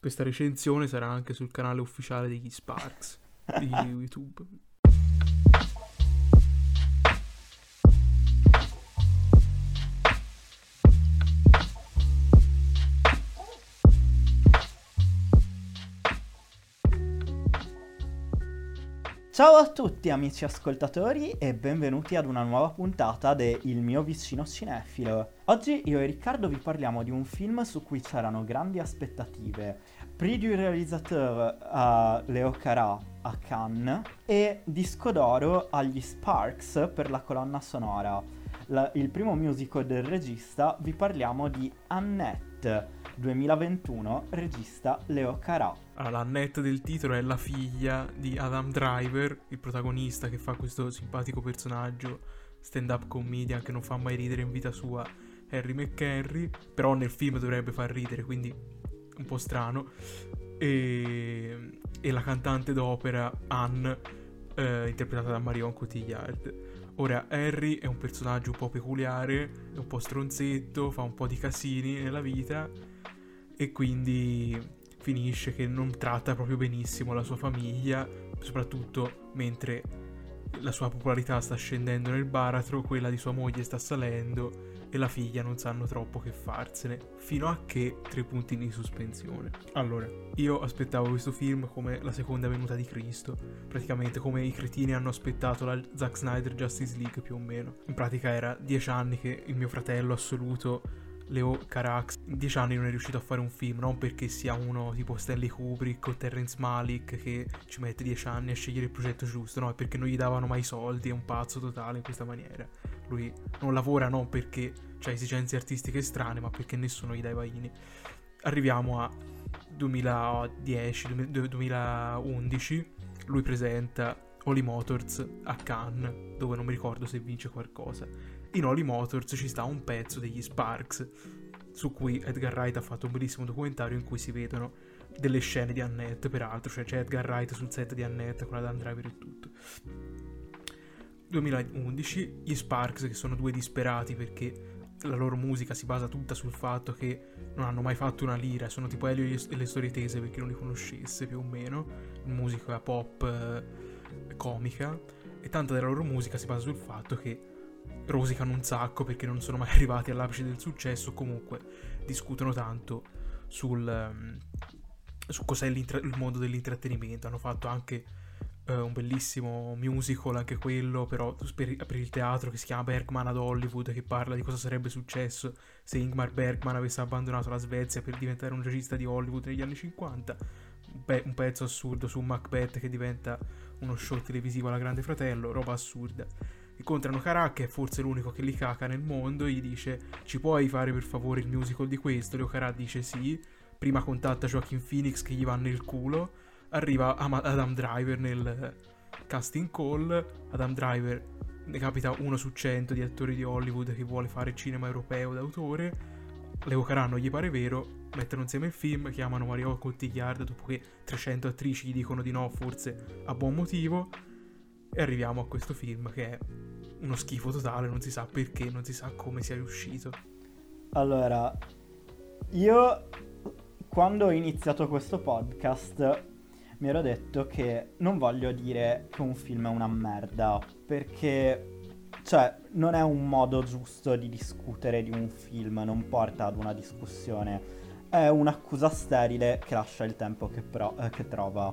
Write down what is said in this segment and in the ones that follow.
Questa recensione sarà anche sul canale ufficiale degli Sparks di YouTube. Ciao a tutti amici ascoltatori e benvenuti ad una nuova puntata de Il mio vicino cinefilo. Oggi io e Riccardo vi parliamo di un film su cui c'erano grandi aspettative. Prix du réalisateur a Leo Carà a Cannes e disco d'oro agli Sparks per la colonna sonora. Il primo musical del regista, vi parliamo di Annette 2021, regista Leo Carà. Allora, l'Annette del titolo è la figlia di Adam Driver, il protagonista che fa questo simpatico personaggio stand-up comedian che non fa mai ridere in vita sua, Harry McHenry, però nel film dovrebbe far ridere, quindi un po' strano. E la cantante d'opera Anne, interpretata da Marion Cotillard. Ora, Harry è un personaggio un po' peculiare, è un po' stronzetto, fa un po' di casini nella vita e quindi finisce che non tratta proprio benissimo la sua famiglia, soprattutto mentre la sua popolarità sta scendendo nel baratro, quella di sua moglie sta salendo e la figlia non sanno troppo che farsene, fino a che 3 puntini di sospensione. Allora, io aspettavo questo film come la seconda venuta di Cristo, praticamente come i cretini hanno aspettato la Zack Snyder Justice League più o meno. In pratica era 10 anni che il mio fratello assoluto Leo Carax in 10 anni non è riuscito a fare un film, non perché sia uno tipo Stanley Kubrick o Terrence Malick che ci mette 10 anni a scegliere il progetto giusto, no, è perché non gli davano mai soldi, è un pazzo totale in questa maniera. Lui non lavora non perché ha esigenze artistiche strane, ma perché nessuno gli dà i vaini. Arriviamo a 2010-2011, lui presenta Holy Motors a Cannes, dove non mi ricordo se vince qualcosa. In Holy Motors ci sta un pezzo degli Sparks, su cui Edgar Wright ha fatto un bellissimo documentario in cui si vedono delle scene di Annette, peraltro, cioè c'è Edgar Wright sul set di Annette con Adam Driver e tutto. 2011, gli Sparks, che sono due disperati perché la loro musica si basa tutta sul fatto che non hanno mai fatto una lira, sono tipo Elio e le storie tese per chi non li conoscesse più o meno, musica pop comica, e tanta della loro musica si basa sul fatto che rosicano un sacco perché non sono mai arrivati all'apice del successo, comunque discutono tanto su cos'è il mondo dell'intrattenimento. Hanno fatto anche un bellissimo musical, anche quello, però per il teatro, che si chiama Bergman ad Hollywood, che parla di cosa sarebbe successo se Ingmar Bergman avesse abbandonato la Svezia per diventare un regista di Hollywood negli anni 50. Un pezzo assurdo su Macbeth che diventa uno show televisivo alla Grande Fratello, roba assurda. Incontrano Carà, che è forse l'unico che li caca nel mondo, gli dice: ci puoi fare per favore il musical di questo? Leo Carà dice sì, prima contatta Joaquin Phoenix che gli va nel culo, arriva Adam Driver nel casting call. Adam Driver ne capita 1 su 100 di attori di Hollywood che vuole fare cinema europeo d'autore. Leo Carà non gli pare vero, mettono insieme il film, chiamano Marion Cotillard dopo che 300 attrici gli dicono di no, forse a buon motivo, e arriviamo a questo film che è uno schifo totale, non si sa perché, non si sa come sia riuscito. Allora, io quando ho iniziato questo podcast mi ero detto che non voglio dire che un film è una merda, perché cioè non è un modo giusto di discutere di un film, non porta ad una discussione, è un'accusa sterile che lascia il tempo che trova.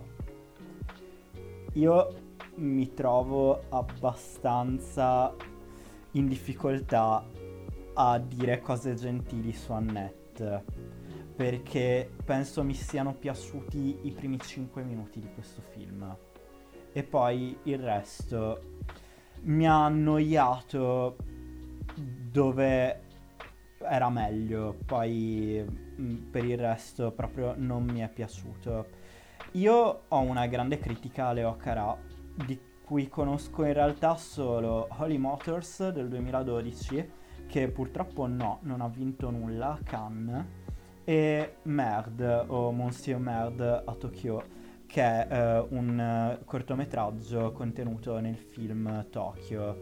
Io mi trovo abbastanza in difficoltà a dire cose gentili su Annette, perché penso mi siano piaciuti i primi 5 minuti di questo film e poi il resto mi ha annoiato dove era meglio, poi per il resto proprio non mi è piaciuto. Io ho una grande critica a Leo Carà, di cui conosco in realtà solo Holy Motors del 2012, che purtroppo non ha vinto nulla a Cannes, e Merde o Monsieur Merde a Tokyo, che è un cortometraggio contenuto nel film Tokyo.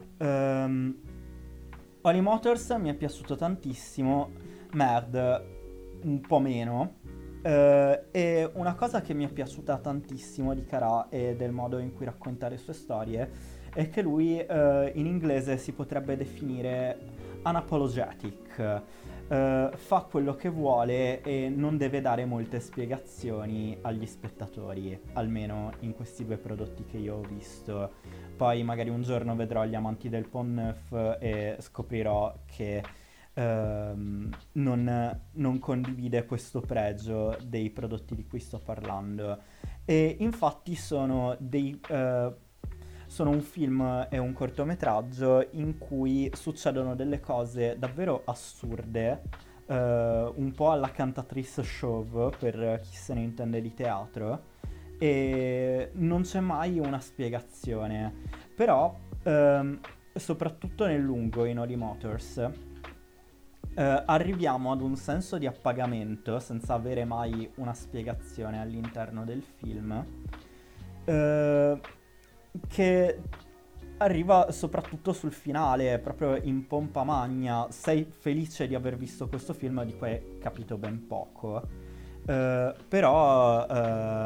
Holy Motors mi è piaciuto tantissimo, Merde un po' meno, E una cosa che mi è piaciuta tantissimo di Carà e del modo in cui racconta le sue storie è che lui in inglese si potrebbe definire unapologetic. Fa quello che vuole e non deve dare molte spiegazioni agli spettatori, almeno in questi due prodotti che io ho visto. Poi magari un giorno vedrò Gli Amanti del Pont Neuf e scoprirò che non condivide questo pregio dei prodotti di cui sto parlando. E infatti sono un film e un cortometraggio in cui succedono delle cose davvero assurde, un po' alla Cantatrice Show per chi se ne intende di teatro, e non c'è mai una spiegazione. Però, soprattutto nel lungo in Holy Motors, arriviamo ad un senso di appagamento senza avere mai una spiegazione all'interno del film, che arriva soprattutto sul finale, proprio in pompa magna. Sei felice di aver visto questo film di cui hai capito ben poco, però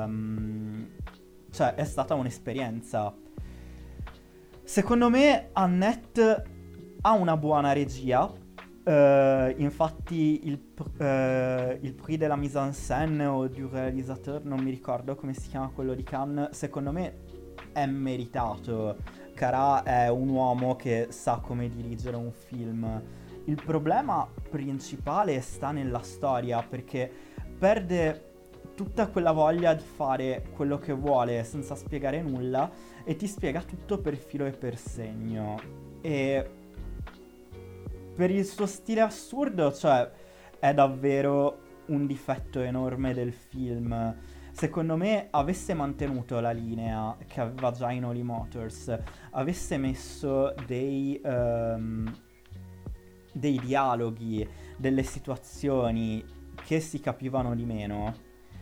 cioè è stata un'esperienza. Secondo me Annette ha una buona regia. Infatti il prix de la mise en scène o du réalisateur, non mi ricordo come si chiama quello di Cannes, secondo me è meritato. Carà è un uomo che sa come dirigere un film. Il problema principale sta nella storia, perché perde tutta quella voglia di fare quello che vuole senza spiegare nulla e ti spiega tutto per filo e per segno. E per il suo stile assurdo, cioè, è davvero un difetto enorme del film. Secondo me, avesse mantenuto la linea che aveva già in Holy Motors, avesse messo dei dialoghi, delle situazioni che si capivano di meno,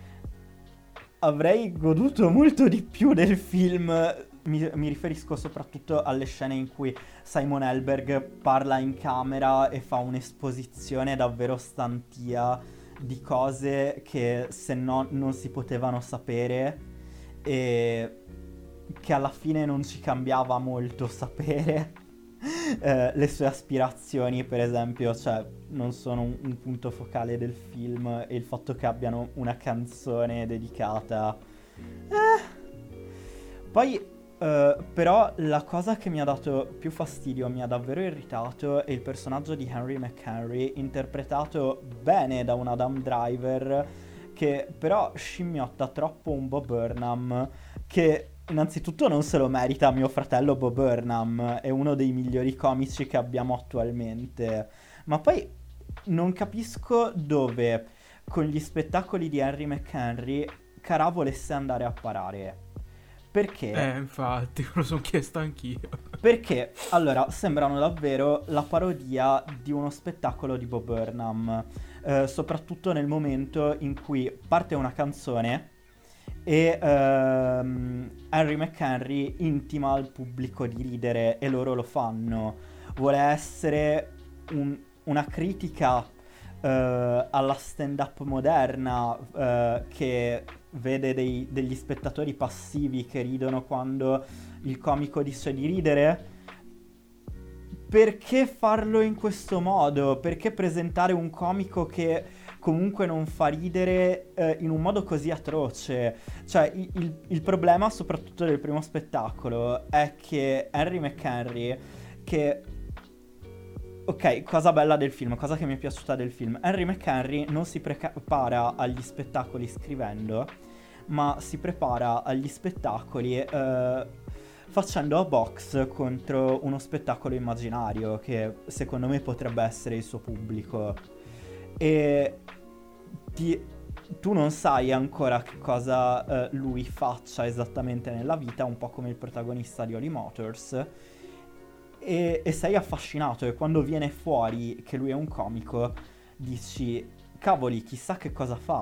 avrei goduto molto di più del film. Mi riferisco soprattutto alle scene in cui Simon Helberg parla in camera e fa un'esposizione davvero stantia di cose che se no non si potevano sapere e che alla fine non ci cambiava molto sapere. Le sue aspirazioni, per esempio, cioè, non sono un punto focale del film, e il fatto che abbiano una canzone dedicata. Poi però la cosa che mi ha dato più fastidio, mi ha davvero irritato, è il personaggio di Henry McHenry, interpretato bene da un Adam Driver, che però scimmiotta troppo un Bob Burnham, che innanzitutto non se lo merita. Mio fratello Bob Burnham è uno dei migliori comici che abbiamo attualmente, ma poi non capisco dove con gli spettacoli di Henry McHenry Carà volesse andare a parare. Perché? Infatti, me lo sono chiesto anch'io. Perché, allora, sembrano davvero la parodia di uno spettacolo di Bob Burnham, soprattutto nel momento in cui parte una canzone e Henry McHenry intima al pubblico di ridere e loro lo fanno. Vuole essere una critica alla stand-up moderna, che vede degli spettatori passivi che ridono quando il comico dice di ridere. Perché farlo in questo modo? Perché presentare un comico che comunque non fa ridere in un modo così atroce? Cioè, il problema soprattutto del primo spettacolo è che Henry McHenry, che... Ok, cosa bella del film, cosa che mi è piaciuta del film. Henry McHenry non si prepara agli spettacoli scrivendo, ma si prepara agli spettacoli facendo a box contro uno spettacolo immaginario che secondo me potrebbe essere il suo pubblico. E tu non sai ancora che cosa lui faccia esattamente nella vita, un po' come il protagonista di Holy Motors. E sei affascinato, e quando viene fuori che lui è un comico dici cavoli, chissà che cosa fa.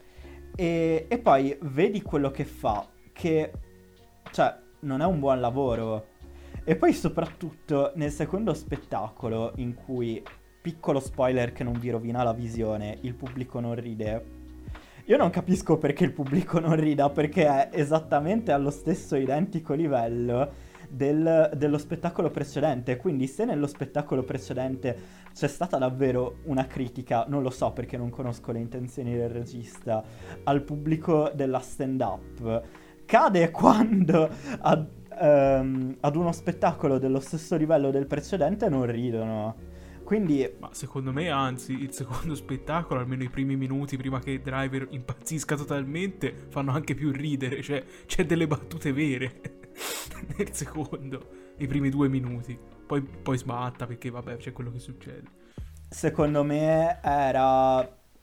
E poi vedi quello che fa, che cioè non è un buon lavoro. E poi soprattutto nel secondo spettacolo, in cui, piccolo spoiler che non vi rovina la visione, il pubblico non ride, io non capisco perché il pubblico non rida, perché è esattamente allo stesso identico livello dello spettacolo precedente. Quindi se nello spettacolo precedente c'è stata davvero una critica, non lo so perché non conosco le intenzioni del regista, al pubblico della stand-up, cade quando ad uno spettacolo dello stesso livello del precedente non ridono. Quindi Ma secondo me, anzi, il secondo spettacolo, almeno i primi minuti prima che Driver impazzisca totalmente, fanno anche più ridere. Cioè, c'è delle battute vere nel secondo, i primi 2 minuti. Poi smatta perché, vabbè, c'è quello che succede. secondo me era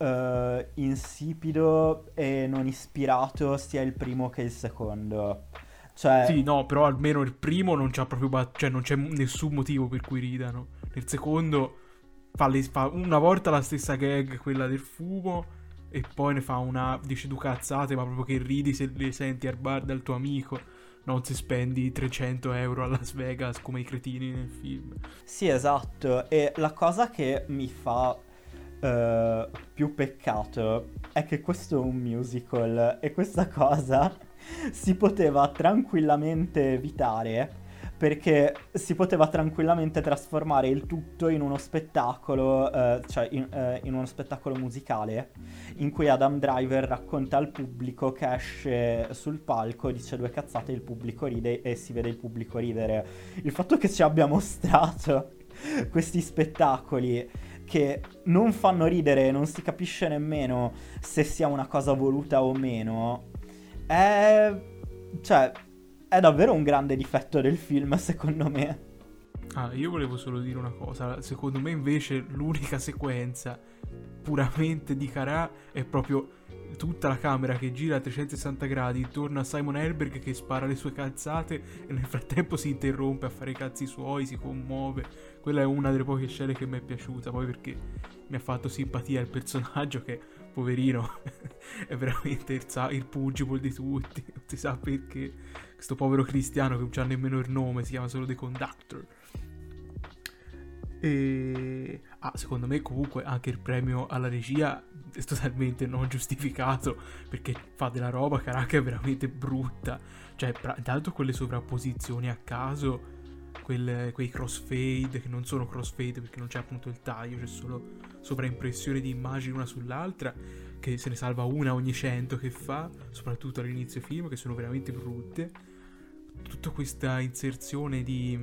insipido e non ispirato sia il primo che il secondo. Cioè, Sì, no, però almeno il primo non c'ha proprio cioè non c'è nessun motivo per cui ridano. Nel secondo fa una volta la stessa gag, quella del fumo, e poi ne fa una, dice due cazzate, ma proprio che ridi se le senti al bar dal tuo amico, non se spendi 300 euro a Las Vegas come i cretini nel film. sì, esatto. E la cosa che mi fa più peccato è che questo è un musical e questa cosa si poteva tranquillamente evitare, perché si poteva tranquillamente trasformare il tutto in uno spettacolo, cioè in uno spettacolo musicale in cui Adam Driver racconta al pubblico che esce sul palco, dice due cazzate, il pubblico ride e si vede il pubblico ridere. Il fatto che ci abbia mostrato questi spettacoli che non fanno ridere, non si capisce nemmeno se sia una cosa voluta o meno, cioè, è davvero un grande difetto del film, secondo me. Ah, io volevo solo dire una cosa. Secondo me invece l'unica sequenza puramente di Carà è proprio tutta la camera che gira a 360 gradi intorno a Simon Helberg che spara le sue cazzate e nel frattempo si interrompe a fare i cazzi suoi, si commuove. Quella è una delle poche scene che mi è piaciuta, poi perché mi ha fatto simpatia il personaggio che, poverino, è veramente il pugile di tutti, non si sa perché. Questo povero cristiano che non c'ha nemmeno il nome, si chiama solo The Conductor. E secondo me comunque anche il premio alla regia è totalmente non giustificato, perché fa della roba caraca è veramente brutta. Cioè, intanto quelle sovrapposizioni a caso, quei crossfade che non sono crossfade perché non c'è appunto il taglio, c'è solo sovraimpressione di immagini una sull'altra, che se ne salva una ogni 100 che fa, soprattutto all'inizio film, che sono veramente brutte. Tutta questa inserzione di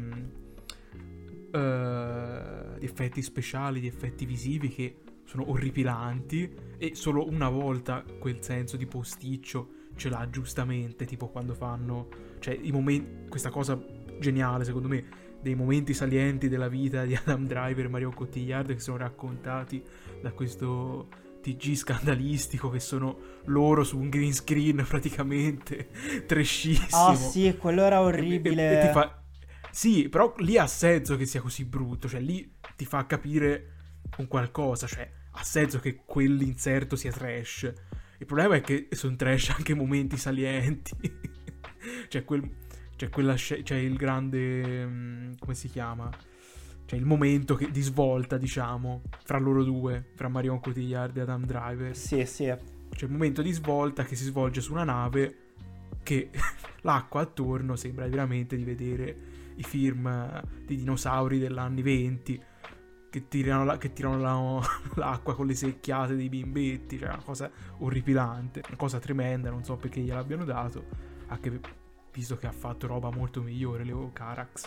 effetti speciali, di effetti visivi che sono orripilanti, e solo una volta quel senso di posticcio ce l'ha giustamente, tipo quando fanno, cioè i momenti, questa cosa geniale secondo me, dei momenti salienti della vita di Adam Driver e Marion Cotillard che sono raccontati da questo TG scandalistico, che sono loro su un green screen praticamente trashissimo. Ah sì, quello era orribile. E ti fa... Sì, però lì ha senso che sia così brutto, cioè lì ti fa capire un qualcosa, cioè ha senso che quell'inserto sia trash. Il problema è che sono trash anche momenti salienti. C'è c'è il grande come si chiama? Cioè il momento di svolta, diciamo, fra loro due, fra Marion Cotillard e Adam Driver. Sì, sì. C'è il momento di svolta che si svolge su una nave, che l'acqua attorno sembra veramente di vedere i film di dinosauri dell'anni 20 che tirano l'acqua con le secchiate dei bimbetti, cioè una cosa orripilante, una cosa tremenda, non so perché gliel'abbiano dato, anche visto che ha fatto roba molto migliore Leo Carax.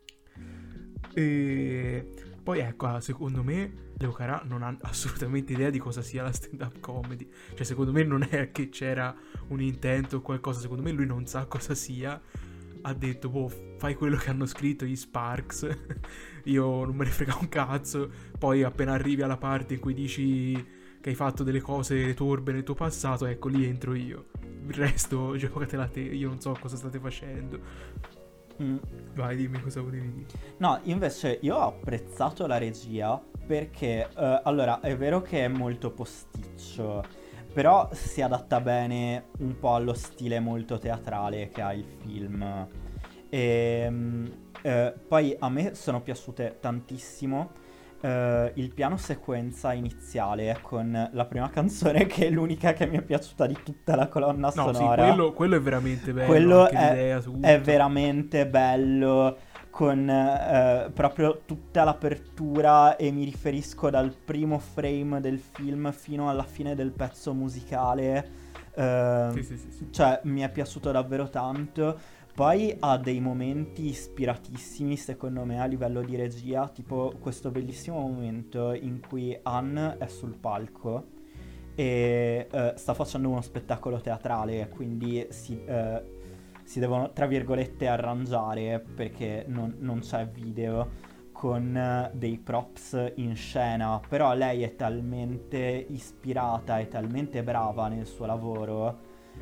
E poi ecco, secondo me Leo Carà non ha assolutamente idea di cosa sia la stand-up comedy, cioè secondo me non è che c'era un intento o qualcosa, secondo me lui non sa cosa sia, ha detto boh, fai quello che hanno scritto gli Sparks, io non me ne frega un cazzo, poi appena arrivi alla parte in cui dici che hai fatto delle cose torbe nel tuo passato, ecco lì entro io, il resto giocatela te, io non so cosa state facendo. Vai, dimmi cosa volevi dire. No, invece io ho apprezzato la regia perché, allora, è vero che è molto posticcio, però si adatta bene un po' allo stile molto teatrale che ha il film. E poi a me sono piaciute tantissimo il piano sequenza iniziale con la prima canzone, che è l'unica che mi è piaciuta di tutta la colonna No, sì, sonora. quello è veramente bello, Quello anche l'idea, tutto. è veramente bello, con proprio tutta l'apertura, e mi riferisco dal primo frame del film fino alla fine del pezzo musicale. Sì. Cioè, mi è piaciuto davvero tanto. Poi ha dei momenti ispiratissimi, secondo me, a livello di regia, tipo questo bellissimo momento in cui Anne è sul palco e sta facendo uno spettacolo teatrale, quindi si devono, tra virgolette, arrangiare perché non c'è video con dei props in scena, però lei è talmente ispirata e talmente brava nel suo lavoro,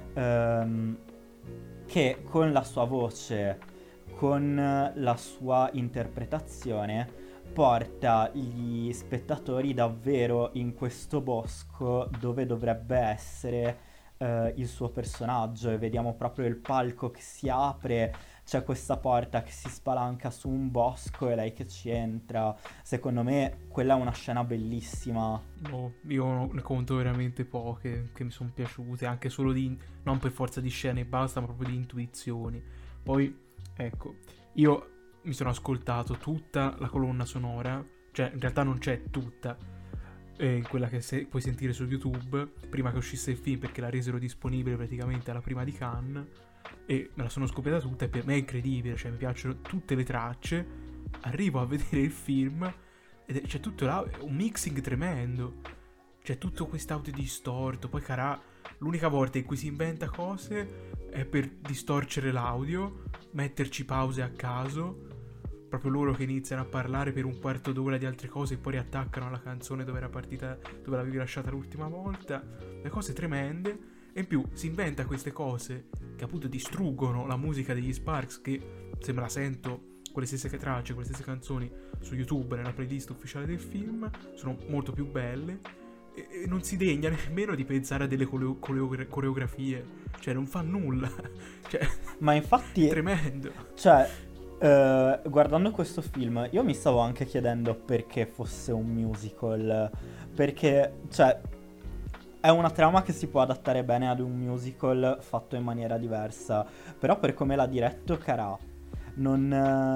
che con la sua voce, con la sua interpretazione, porta gli spettatori davvero in questo bosco dove dovrebbe essere il suo personaggio, e vediamo proprio il palco che si apre, c'è questa porta che si spalanca su un bosco e lei che ci entra. Secondo me quella è una scena bellissima. No, io ne conto veramente poche che mi sono piaciute, anche solo di, non per forza di scene e basta, ma proprio di intuizioni. Poi, ecco, io mi sono ascoltato tutta la colonna sonora, cioè in realtà non c'è tutta, quella che puoi sentire su YouTube, prima che uscisse il film, perché la resero disponibile praticamente alla prima di Cannes, e me la sono scoperta tutta, e per me è incredibile, cioè mi piacciono tutte le tracce, arrivo a vedere il film ed c'è tutto là, un mixing tremendo, c'è tutto quest'audio distorto. Poi Carà, l'unica volta in cui si inventa cose è per distorcere l'audio, metterci pause a caso, proprio loro che iniziano a parlare per un quarto d'ora di altre cose e poi riattaccano alla canzone dove era partita, dove l'avevi lasciata l'ultima volta, le cose tremende. E in più si inventa queste cose che appunto distruggono la musica degli Sparks, che se me la sento con le stesse tracce, con le stesse canzoni su YouTube nella playlist ufficiale del film, sono molto più belle, e non si degna nemmeno di pensare a delle coreografie, cioè non fa nulla. Cioè, Ma infatti, tremendo. cioè, guardando questo film, io mi stavo anche chiedendo perché fosse un musical, perché, cioè, è una trama che si può adattare bene ad un musical fatto in maniera diversa, però per come l'ha diretto Carà, non...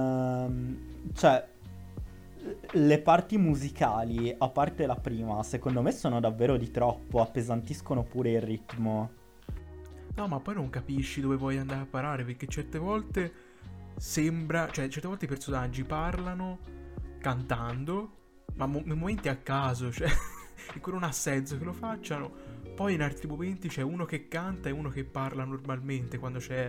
cioè, le parti musicali, a parte la prima, secondo me sono davvero di troppo, appesantiscono pure il ritmo. No, ma poi non capisci dove vuoi andare a parare, perché certe volte sembra, cioè certe volte i personaggi parlano cantando, ma in momenti a caso, cioè in cui non ha senso che lo facciano. Poi in altri momenti c'è uno che canta e uno che parla normalmente, quando c'è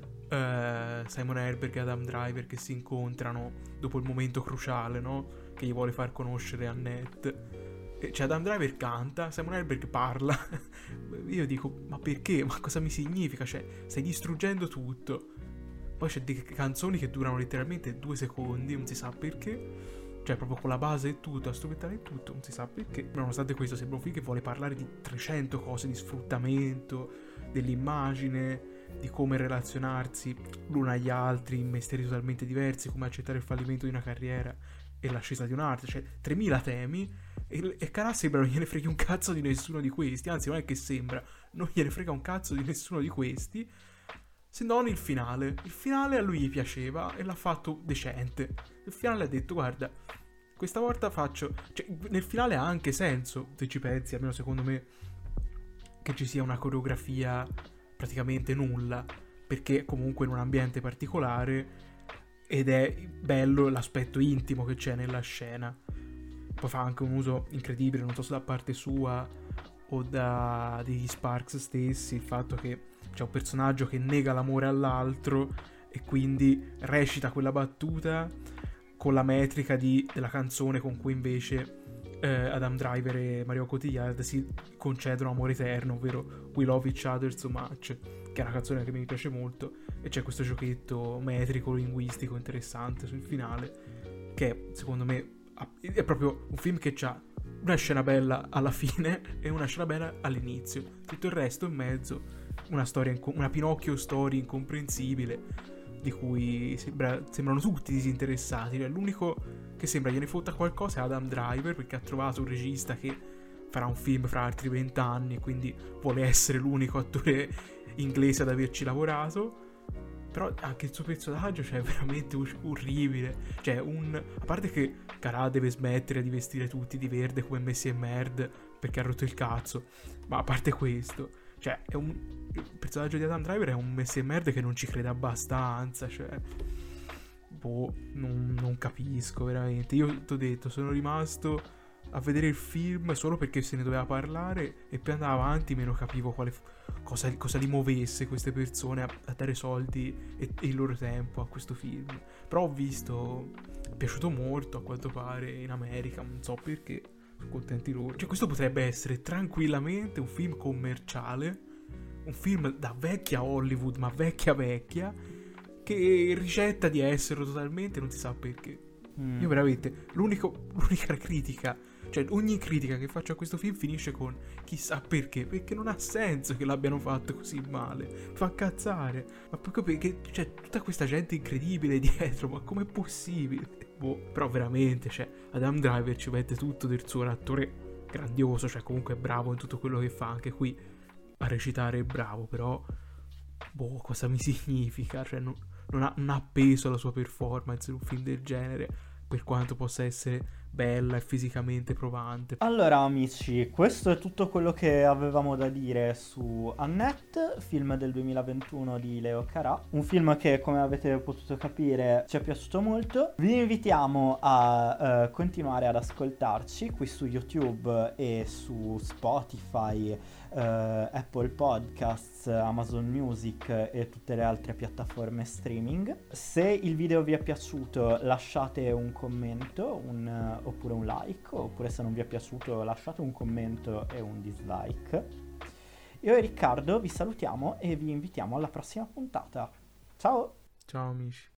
Simon Helberg e Adam Driver che si incontrano dopo il momento cruciale, no? Che gli vuole far conoscere Annette. Cioè Adam Driver canta, Simon Helberg parla. Io dico, ma perché? Ma cosa mi significa? Cioè, stai distruggendo tutto. Poi c'è delle canzoni che durano letteralmente 2 secondi, non si sa perché. Cioè, proprio con la base e tutto, la strumentale e tutto, non si sa perché. Nonostante questo, sembra un film che vuole parlare di 300 cose, di sfruttamento, dell'immagine, di come relazionarsi l'uno agli altri in mestieri totalmente diversi, come accettare il fallimento di una carriera e l'ascesa di un'altra. Cioè, 3000 temi. E Carà sembra non gliene freghi un cazzo di nessuno di questi. Anzi, non è che sembra, non gliene frega un cazzo di nessuno di questi, se non il finale. Il finale a lui gli piaceva e l'ha fatto decente. Il finale ha detto, guarda, questa volta faccio... Cioè, nel finale ha anche senso, se ci pensi, almeno secondo me, che ci sia una coreografia praticamente nulla, perché comunque in un ambiente particolare, ed è bello l'aspetto intimo che c'è nella scena. Poi fa anche un uso incredibile, non so se da parte sua o degli Sparks stessi, il fatto che c'è un personaggio che nega l'amore all'altro e quindi recita quella battuta con la metrica della canzone con cui invece Adam Driver e Marion Cotillard si concedono amore eterno, ovvero We Love Each Other So Much, che è una canzone che mi piace molto, e c'è questo giochetto metrico, linguistico interessante sul finale, che secondo me è proprio un film che ha una scena bella alla fine e una scena bella all'inizio, tutto il resto in mezzo una storia una Pinocchio story incomprensibile, di cui sembrano tutti disinteressati. Cioè, l'unico che sembra gliene fotta qualcosa è Adam Driver, perché ha trovato un regista che farà un film fra altri 20 anni e quindi vuole essere l'unico attore inglese ad averci lavorato. Però anche il suo personaggio, cioè, è veramente orribile. Cioè, a parte che Carà deve smettere di vestire tutti di verde come Messi e Merd perché ha rotto il cazzo. Ma a parte questo, cioè, il personaggio di Adam Driver è un Messi e Merd che non ci crede abbastanza. Cioè, boh, non capisco veramente. Io ti ho detto, sono rimasto a vedere il film solo perché se ne doveva parlare, e più andava avanti meno capivo cosa li muovesse queste persone a dare soldi e il loro tempo a questo film. Però ho visto, è piaciuto molto a quanto pare in America, non so perché, sono contenti loro. Cioè, questo potrebbe essere tranquillamente un film commerciale, un film da vecchia Hollywood, ma vecchia vecchia, che ricetta di esserlo totalmente, non si sa perché. Io veramente, l'unica critica, cioè ogni critica che faccio a questo film finisce con chissà perché non ha senso che l'abbiano fatto così male, fa cazzare, ma proprio perché c'è tutta questa gente incredibile dietro, ma com'è possibile? Boh, però veramente, cioè, Adam Driver ci mette tutto del suo, un attore grandioso, cioè comunque è bravo in tutto quello che fa, anche qui a recitare è bravo, però boh, cosa mi significa? Cioè non ha peso la sua performance in un film del genere, per quanto possa essere bella e fisicamente provante. Allora amici, questo è tutto quello che avevamo da dire su Annette, film del 2021 di Leo Carà, un film che, come avete potuto capire, ci è piaciuto molto. Vi invitiamo a continuare ad ascoltarci qui su YouTube e su Spotify, Apple Podcasts, Amazon Music e tutte le altre piattaforme streaming. Se il video vi è piaciuto, lasciate un commento, oppure un like, oppure se non vi è piaciuto lasciate un commento e un dislike. Io e Riccardo vi salutiamo e vi invitiamo alla prossima puntata. Ciao! Ciao amici.